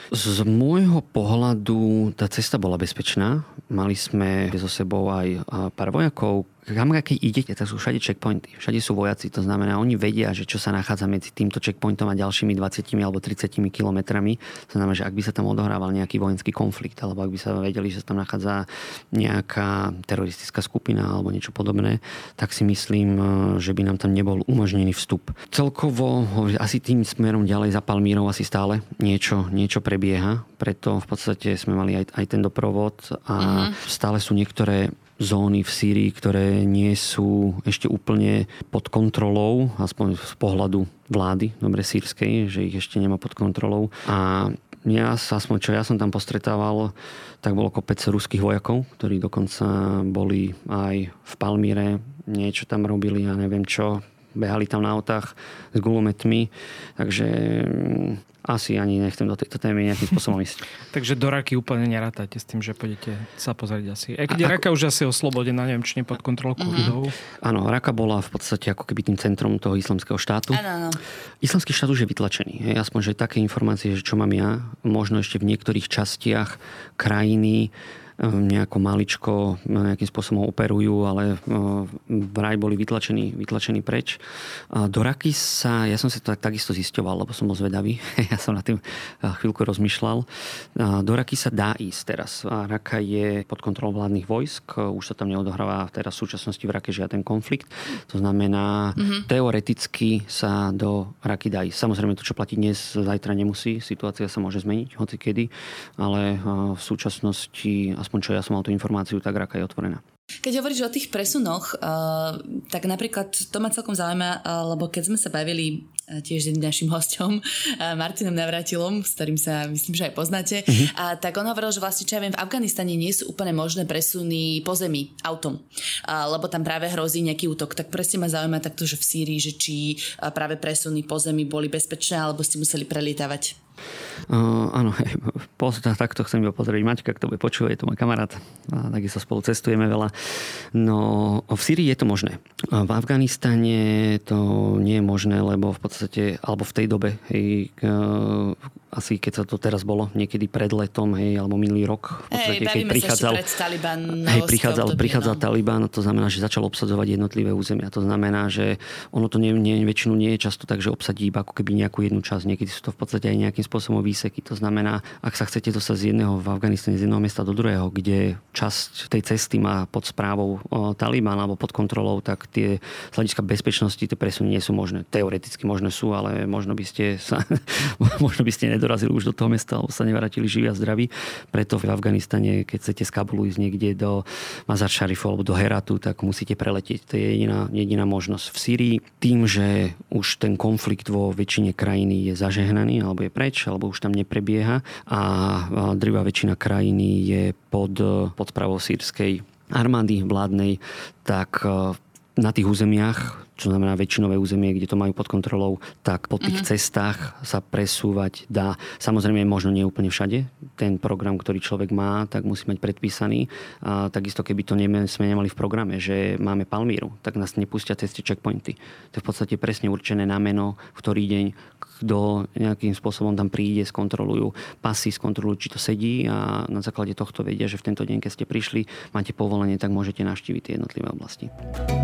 [SPEAKER 3] Z môjho pohľadu tá cesta bola bezpečná. Mali sme so sebou aj pár vojakov. Keď idete, tak sú všade checkpointy. Všade sú vojaci. To znamená, oni vedia, že čo sa nachádza medzi týmto checkpointom a ďalšími 20 alebo 30 kilometrami. To znamená, že ak by sa tam odohrával nejaký vojenský konflikt, alebo ak by sa vedeli, že sa tam nachádza nejaká teroristická skupina alebo niečo podobné, tak si myslím, že by nám tam nebol umožnený vstup. Celkovo asi tým smerom ďalej za Palmírou asi stále niečo prebieha. Preto v podstate sme mali aj ten doprovod a stále sú niektoré zóny v Sýrii, ktoré nie sú ešte úplne pod kontrolou, aspoň z pohľadu vlády, dobre sýrskej, že ich ešte nemá pod kontrolou. A aspoň čo ja som tam postretával, tak bolo kopec ruských vojakov, ktorí dokonca boli aj v Palmyre, niečo tam robili, ja neviem čo, behali tam na autách s gulometmi, takže asi ani nechcem do tejto témy nejakým spôsobom ísť.
[SPEAKER 1] Takže do Raky úplne nerátate s tým, že pôjdete sa pozrieť asi. Keď je Raka už asi oslobodená, neviem, či nie pod kontrolou Kurdov.
[SPEAKER 3] Áno, Raka bola v podstate ako keby tým centrom toho islamského štátu.
[SPEAKER 2] Áno.
[SPEAKER 3] Islamský štát už je vytlačený. Aspoň, že také informácie, že čo mám ja, možno ešte v niektorých častiach krajiny nejako maličko nejakým spôsobom operujú, ale vraj boli vytlačení preč. Do Raky ja som si to takisto zisťoval, lebo som bol zvedavý. Ja som nad tým chvíľku rozmýšľal. Do Raky sa dá ísť teraz. Raka je pod kontrolou vládnych vojsk. Už sa tam neodohráva teraz v súčasnosti v Rake žiaden konflikt. To znamená, teoreticky sa do Raky dá ísť. Samozrejme, to, čo platí dnes, zajtra nemusí. Situácia sa môže zmeniť hocikedy, ale v súčasnosti aspoň čo ja som mal tú informáciu, tak Raka je otvorená.
[SPEAKER 2] Keď hovoríš o tých presunoch, tak napríklad to ma celkom zaujíma, lebo keď sme sa bavili tiež s našim hosťom Martinom Navrátilom, s ktorým sa myslím, že aj poznáte, tak on hovoril, že vlastne, čo ja viem, v Afganistane nie sú úplne možné presuny po zemi autom, lebo tam práve hrozí nejaký útok. Tak presne ma zaujíma takto, že v Sýrii, že či práve presuny po zemi boli bezpečné, alebo ste museli prelietavať.
[SPEAKER 3] Áno, takto chcem iba pozrieť Maťka, kto bude počúvať, je to môj kamarát. Takisto spolu cestujeme veľa. No, v Sýrii je to možné. V Afganistane to nie je možné, lebo v podstate, alebo v tej dobe, asi keď sa to teraz bolo, niekedy pred letom, alebo minulý rok, v podstate, keď prichádzal Taliban, to znamená, že začal obsadzovať jednotlivé územia. To znamená, že ono to väčšinu nie je často tak, že obsadí iba ako keby nejakú jednu časť. Niekedy sú to v podstate aj nejakým spôsobom výseky. To znamená, ak sa chcete dostať z jedného miesta do druhého, kde časť tej cesty má pod správou Taliban alebo pod kontrolou, tak tie z hľadiska bezpečnosti tie presuny nie sú možné. Teoreticky možné sú, ale možno by ste nedorazili už do toho mesta alebo sa nevrátili živí a zdraví. Preto v Afganistane, keď chcete z Kabulu ísť niekde do Mazar Šarifu alebo do Heratu, tak musíte preletieť. To je jediná možnosť. V Sýrii tým, že už ten konflikt vo väčšine krajiny je zažehnaný alebo je preč, alebo už tam neprebieha a drvivá väčšina krajiny je pod správou sýrskej armády vládnej, tak na tých územiach, čo znamená väčšinové územie, kde to majú pod kontrolou, tak po tých cestách sa presúvať dá. Samozrejme, možno nie úplne všade. Ten program, ktorý človek má, tak musí mať predpísaný. A takisto, keby to sme nemali v programe, že máme Palmíru, tak nás nepustia cez tie checkpointy. To je v podstate presne určené na meno, v ktorý deň, kto nejakým spôsobom tam príde, skontrolujú pasy, skontrolujú, či to sedí a na základe tohto vedia, že v tento deň, keď ste prišli, máte povolenie, tak môžete navštíviť tie jednotlivé oblasti.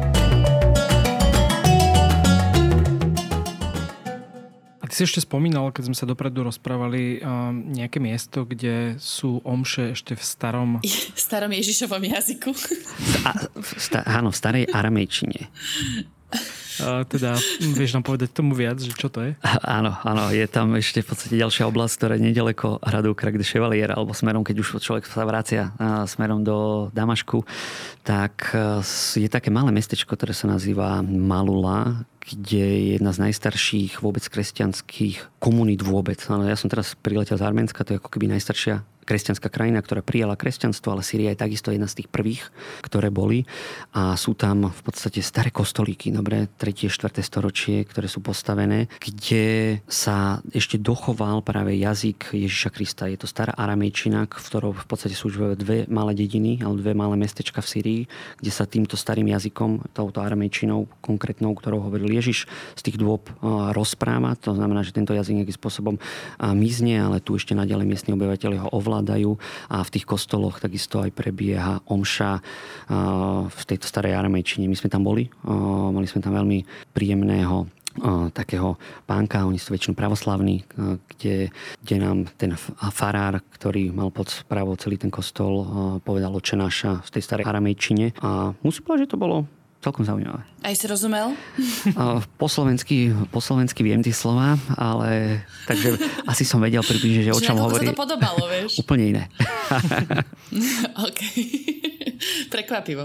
[SPEAKER 1] Ty si ešte spomínal, keď sme sa dopredu rozprávali, nejaké miesto, kde sú omše ešte v starom
[SPEAKER 2] Ježišovom jazyku.
[SPEAKER 3] Áno, v starej aramejčine.
[SPEAKER 1] Teda vieš nám povedať tomu viac, že čo to je?
[SPEAKER 3] Áno, je tam ešte v podstate ďalšia oblasť, ktorá je nedaleko hradu Crac de Chevalier, alebo smerom, keď už človek sa vracia smerom do Damašku, tak je také malé mestečko, ktoré sa nazýva Malula, kde je jedna z najstarších vôbec kresťanských komunít vôbec. Ja som teraz priletel z Arménska, to je ako keby najstaršia kresťanská krajina, ktorá prijala kresťanstvo, ale Sýria je takisto jedna z tých prvých, ktoré boli. A sú tam v podstate staré kostolíky, 3. 4. storočie, ktoré sú postavené, kde sa ešte dochoval práve jazyk Ježiša Krista. Je to stará aramejčina, v ktorej v podstate sú už dve malé dediny, alebo dve malé mestečka v Sýrii, kde sa týmto starým jazykom, touto aramejčinou konkrétnou, ktorou hovoril Ježiš, z tých dôb rozpráva. To znamená, že tento jazyk nejakým spôsobom mizne, ale tu ešte naďalej miestni obyvateľi ho ovládajú a v tých kostoloch takisto aj prebieha omša v tejto starej aramejčine. My sme tam boli, mali sme tam veľmi príjemného takého pánka, oni sú väčšinou pravoslavní, kde nám ten farár, ktorý mal pod správou celý ten kostol, povedal Otče náša v tej starej aramejčine a musím povedať, že to bolo celkom zaujímavé.
[SPEAKER 2] Aj si rozumel?
[SPEAKER 3] Po slovensky viem tie slova, ale takže asi som vedel približne, že o čom hovorí.
[SPEAKER 2] Čiže ako sa to podobalo, vieš?
[SPEAKER 3] Úplne iné.
[SPEAKER 2] OK. Prekvapivo.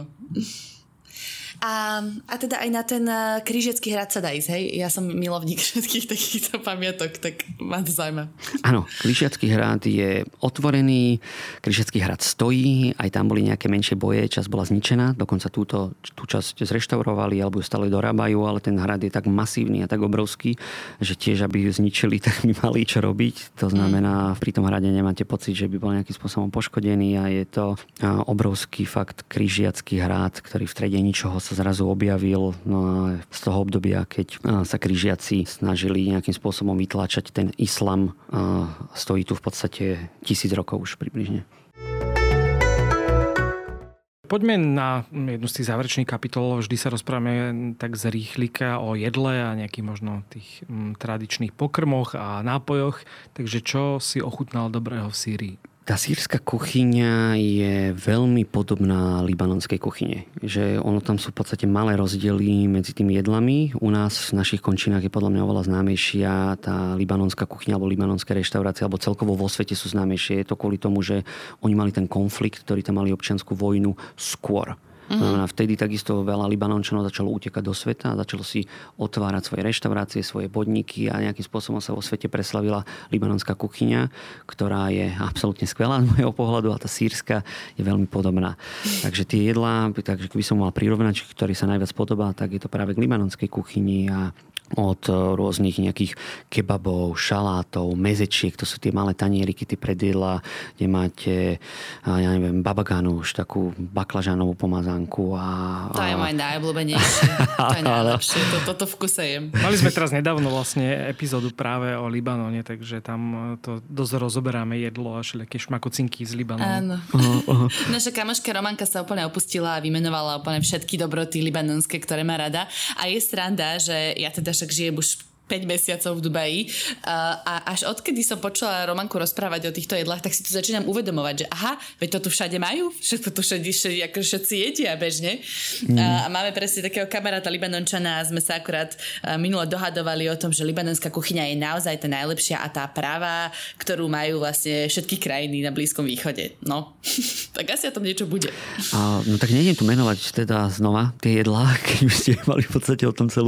[SPEAKER 2] A teda aj na ten Križiacky hrad sa dá ísť, hej? Ja som milovník všetkých takýchto pamiatok, tak ma to zaujíma.
[SPEAKER 3] Áno, Križiacky hrad je otvorený, Križiacky hrad stojí, aj tam boli nejaké menšie boje, časť bola zničená, dokonca tú časť zreštaurovali alebo ju stále dorábajú, ale ten hrad je tak masívny a tak obrovský, že tiež, aby ju zničili, tak by mali čo robiť. To znamená, pri tom hrade nemáte pocit, že by bol nejakým spôsobom poškodený a je to obrovský fakt Križiacky hrad, ktorý v strede ničoho sa zrazu objavil z toho obdobia, keď sa križiaci snažili nejakým spôsobom vytláčať ten islam. Stojí tu v podstate 1000 rokov už približne.
[SPEAKER 1] Poďme na jednu z tých záverečných kapitol. Vždy sa rozprávame tak z rýchlika o jedle a nejakých možno tých tradičných pokrmoch a nápojoch. Takže čo si ochutnal dobrého v Sýrii?
[SPEAKER 3] Tá sýrska kuchyňa je veľmi podobná libanonskej kuchyne. Že ono tam sú v podstate malé rozdiely medzi tými jedlami. U nás v našich končinách je podľa mňa oveľa známejšia tá libanonská kuchyňa alebo libanonské reštaurácie, alebo celkovo vo svete sú známejšie. Je to kvôli tomu, že oni mali ten konflikt, ktorí tam mali občiansku vojnu skôr. Znamená, vtedy takisto veľa Libanončanov začalo utekať do sveta, začalo si otvárať svoje reštaurácie, svoje podniky a nejakým spôsobom sa vo svete preslavila libanonská kuchyňa, ktorá je absolútne skvelá z môjho pohľadu a tá sýrska je veľmi podobná. Takže tie jedlá, takže keby som mal prirovnať, ktorý sa najviac podobá, tak je to práve k libanonskej kuchyni a od rôznych nejakých kebabov, šalátov, mezečiek, to sú tie malé tanieriky, tie predjedlá, kde máte, ja neviem, babaganuš, takú baklažanovú pomazánku.
[SPEAKER 2] To je moje najobľúbenejšie. To je najlepšie, toto vkusejem.
[SPEAKER 1] Mali sme teraz nedávno vlastne epizódu práve o Libanone, takže tam to dosť rozoberáme jedlo a všelijaké šmakocinky z Libanonu.
[SPEAKER 2] Áno. Naša kamoška Romanka sa úplne opustila a vymenovala úplne všetky dobroty libanonské, ktoré má rada. A je sranda, že ja teda však žijem už 5 mesiacov v Dubaji a až odkedy som počula Romanku rozprávať o týchto jedlách, tak si tu začínam uvedomovať, že aha, veď to tu všade majú, všetko tu všetci jedia bežne. A máme presne takého kamaráta Libanončana a sme sa akurát minule dohadovali o tom, že libanonská kuchyňa je naozaj tá najlepšia a tá práva, ktorú majú vlastne všetky krajiny na Blízkom východe. No, tak asi o tom niečo bude.
[SPEAKER 3] No tak nejdem tu menovať teda znova tie jedlá, keď už ste mali v podstate o tom celú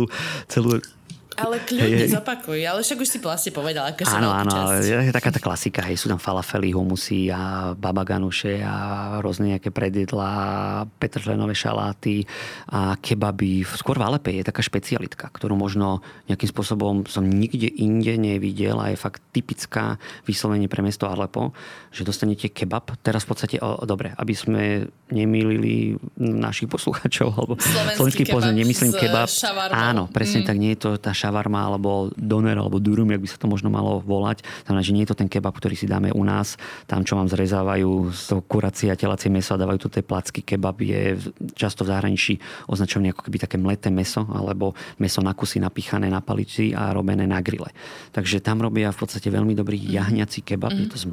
[SPEAKER 2] ale kľudne zopakuj, ale však už si vlastne povedal, aké sa veľkú časť.
[SPEAKER 3] Áno, je taká tá klasika, sú tam falafely, humusy a babaganuše a rôzne nejaké predjedlá, petržlenové šaláty a kebaby. Skôr v Alepe je taká špecialitka, ktorú možno nejakým spôsobom som nikde inde nevidel a je fakt typická vyslovene pre mesto Alepo, že dostanete kebab. Teraz v podstate, dobre, aby sme nemýlili našich poslucháčov alebo slovenský pozem, nemyslím kebab. Áno, presne tak, nie je to tá šavarma alebo doner alebo durum, jak by sa to možno malo volať. Znamená, že nie je to ten kebab, ktorý si dáme u nás. Tam, čo vám zrezávajú z toho kuracie a telacie mäso a dávajú tu tie placky. Kebab je často v zahraničí označovaný ako keby také mleté mäso alebo mäso na kusy napichané na palici a robené na grille. Takže tam robia v podstate veľmi dobrý jahňací kebab. Je to z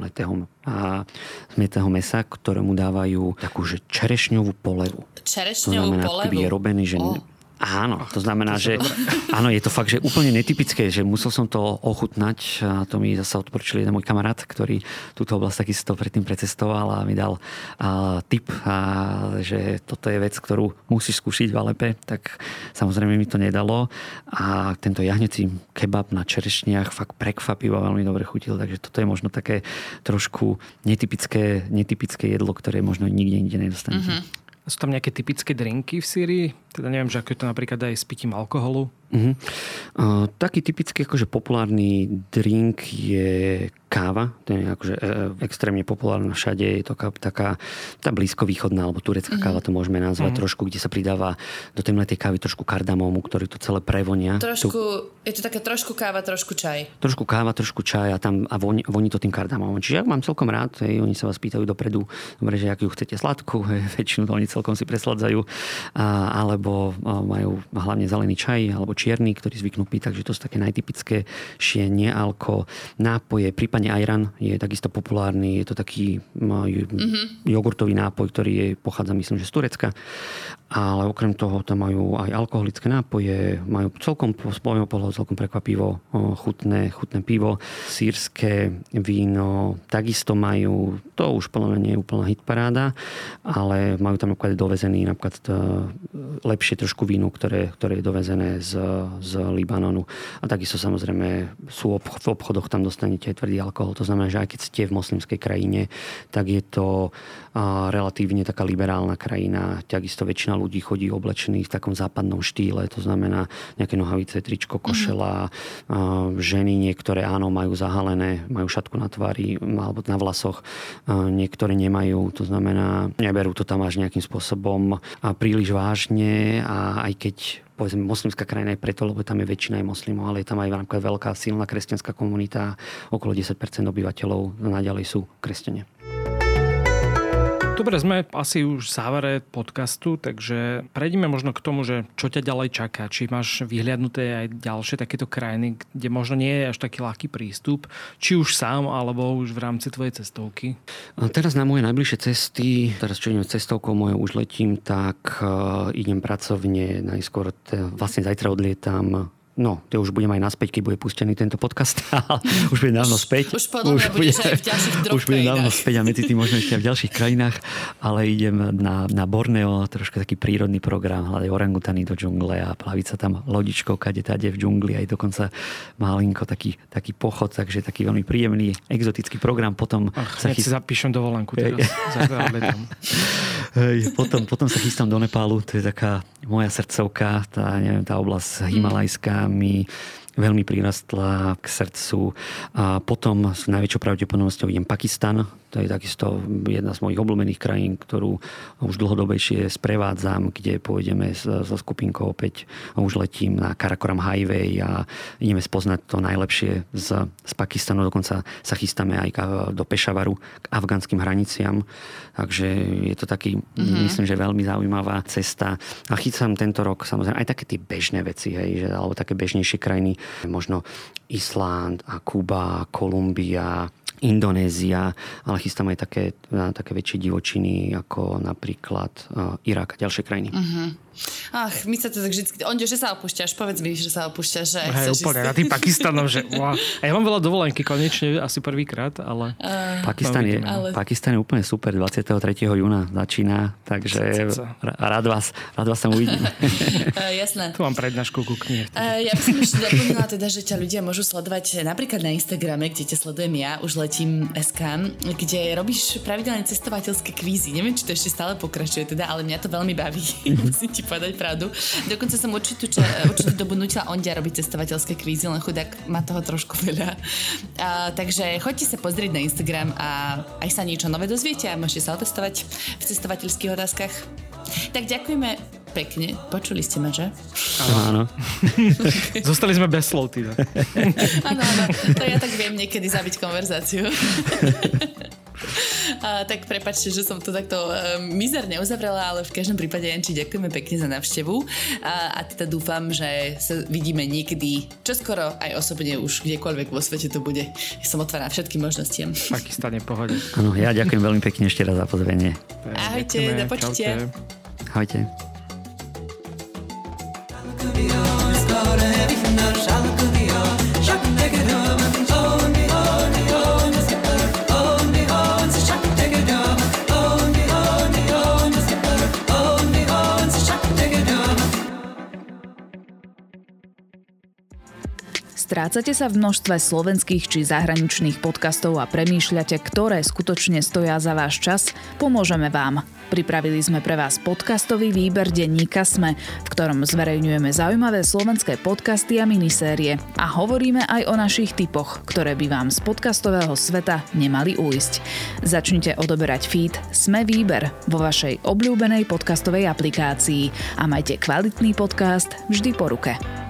[SPEAKER 3] mletého mäsa, ktorému dávajú takú že čerešňovú polevu.
[SPEAKER 2] Čerešňovú polevu?
[SPEAKER 3] Keby je robený, že áno, to znamená, že áno, je to fakt, že úplne netypické, že musel som to ochutnať a to mi zase odporučil jeden môj kamarát, ktorý túto oblasť takisto predtým precestoval a mi dal tip, že toto je vec, ktorú musíš skúšiť v Alepe, tak samozrejme mi to nedalo a tento jahňací kebab na čerešniach fakt prekvapivo veľmi dobre chutil, takže toto je možno také trošku netypické jedlo, ktoré možno nikde nedostanete.
[SPEAKER 1] Mm-hmm. Sú tam nejaké typické drinky v Sýrii? Teda neviem, že ako je to napríklad aj s pitím alkoholu.
[SPEAKER 3] Taký typický akože populárny drink je káva. To je akože extrémne populárna všade. Je to taká tá blízkovýchodná alebo turecká káva, to môžeme nazvať trošku, kde sa pridáva do tej mletej kávy trošku kardamómu, ktorý to celé prevonia.
[SPEAKER 2] Je to taká trošku káva, trošku čaj.
[SPEAKER 3] Trošku káva, trošku čaj a voní to tým kardamómom. Čiže ja mám celkom rád, oni sa vás pýtajú dopredu, dobre, že akú chcete sladkú, väčšinu to oni celkom si presladzajú, alebo majú hlavne zelený čaj alebo čierny, ktorý zvyknú piť, takže to sú také najtypickejšie nealko nápoje. Prípadne ajran je takisto populárny, je to taký jogurtový nápoj, ktorý pochádza myslím, že z Turecka. Ale okrem toho tam majú aj alkoholické nápoje, majú celkom z môjho pohľadu celkom prekvapivo chutné pivo, sýrske víno, takisto majú, to už podľa mňa nie je úplná hitparáda, ale majú tam napríklad dovezený lepšie trošku vínu, ktoré je dovezené z Libanonu. A takisto samozrejme v obchodoch tam dostanete aj tvrdý alkohol. To znamená, že aj keď ste v moslimskej krajine, tak je to relatívne taká liberálna krajina. Takisto väčšina ľudí chodí oblečených v takom západnom štýle. To znamená nejaké nohavice, tričko, košela. Ženy niektoré áno, majú zahalené, majú šatku na tvári alebo na vlasoch. Niektoré nemajú. To znamená, neberú to tam až nejakým spôsobom príliš vážne a aj keď povedzme, moslimská krajina je preto, lebo tam je väčšina aj moslimov, ale je tam aj veľká silná kresťanská komunita. Okolo 10% obyvateľov naďalej sú kresťania.
[SPEAKER 1] Dobre, sme asi už v závere podcastu, takže prejdeme možno k tomu, že čo ťa ďalej čaká. Či máš vyhliadnuté aj ďalšie takéto krajiny, kde možno nie je až taký ľahký prístup, či už sám, alebo už v rámci tvojej cestovky?
[SPEAKER 3] Teraz na moje najbližšie cesty, teraz čo idem cestovkou mojou už letím, tak idem pracovne najskôr, vlastne zajtra odlietam No, to už budem aj naspäť, keď bude pustený tento podcast. Už budem dávno späť.
[SPEAKER 2] Už podľa mňa budeš aj v ďalších
[SPEAKER 3] Už budem dávno späť a medzi tým možno ešte aj v ďalších krajinách, ale idem na Borneo, trošku taký prírodný program, hľadať orangutany do džungle a plaviť sa tam lodičkou kade-tade v džungli, aj dokonca malinko taký pochod, takže taký veľmi príjemný, exotický program. Potom
[SPEAKER 1] si zapíšem dovolenku teraz.
[SPEAKER 3] Potom sa chystám do Nepálu, to je taká moja srdcovka, tá oblasť himalajská mi veľmi prirastla k srdcu. A potom s najväčšou pravdepodobnosťou idem Pakistan. To je takisto jedna z mojich obľúbených krajín, ktorú už dlhodobejšie sprevádzam, kde pôjdeme so skupinkou opäť. Už letím na Karakoram Highway a ideme spoznať to najlepšie z Pakistanu. Dokonca sa chystáme aj do Pešavaru k afgánskym hraniciam. Takže je to taký, myslím, že veľmi zaujímavá cesta. A chystám tento rok samozrejme aj také tie bežné veci, hej, alebo také bežnejšie krajiny. Možno Island a Kuba, Kolumbia, Indonézia, ale chystám aj také väčšie divočiny, ako napríklad Irak a ďalšie krajiny.
[SPEAKER 2] Ach, my sa to tak vždy... Onde, že sa opúšťaš? Povedz mi, že sa opúšťaš. Že
[SPEAKER 1] chceš úplne na tým Pakistanom, že wow. A ja mám veľa dovolenky, konečne, asi prvýkrát, ale...
[SPEAKER 3] Pakistan je úplne super, 23. júna začína, takže rád vás tam uvidím.
[SPEAKER 2] Jasné.
[SPEAKER 1] Tu mám prednášku ku knihe.
[SPEAKER 2] Ja by som ešte doplnila teda, že ťa ľudia môžu sledovať napríklad na Instagrame, kde ťa sledujem ja, už letím SK, kde robíš pravidelne cestovateľské kvízy. Neviem, či to ešte stále pokračuje teda, ale mňa to veľmi baví. Musím ti povedať pravdu. Dokonca som určitú dobu nutila Ondia robiť cestovateľské kvízy, len chudák má toho trošku veľa. Takže choďte sa pozrieť na Instagram a aj sa niečo nové dozviete a môžete sa otestovať v cestovateľských otázkach. Tak ďakujeme pekne. Počuli ste ma, že?
[SPEAKER 3] Áno.
[SPEAKER 1] Zostali sme bez slov, teda.
[SPEAKER 2] Áno. To ja tak viem niekedy zabiť konverzáciu. Tak prepáčte, že som to takto mizerne uzavrela, ale v každom prípade, Janči, ďakujeme pekne za návštevu a teda dúfam, že sa vidíme niekedy čoskoro aj osobne už kdekoľvek vo svete to bude. Som otvorená všetkým možnostiam.
[SPEAKER 1] Pakistane, pohode.
[SPEAKER 3] Áno, ja ďakujem veľmi pekne ešte raz za pozvanie.
[SPEAKER 2] Ahojte, do počutia.
[SPEAKER 3] Ahojte.
[SPEAKER 4] Strácate sa v množstve slovenských či zahraničných podcastov a premýšľate, ktoré skutočne stoja za váš čas? Pomôžeme vám. Pripravili sme pre vás podcastový výber denníka SME, v ktorom zverejňujeme zaujímavé slovenské podcasty a minisérie a hovoríme aj o našich tipoch, ktoré by vám z podcastového sveta nemali ujsť. Začnite odoberať feed SME Výber vo vašej obľúbenej podcastovej aplikácii a majte kvalitný podcast vždy po ruke.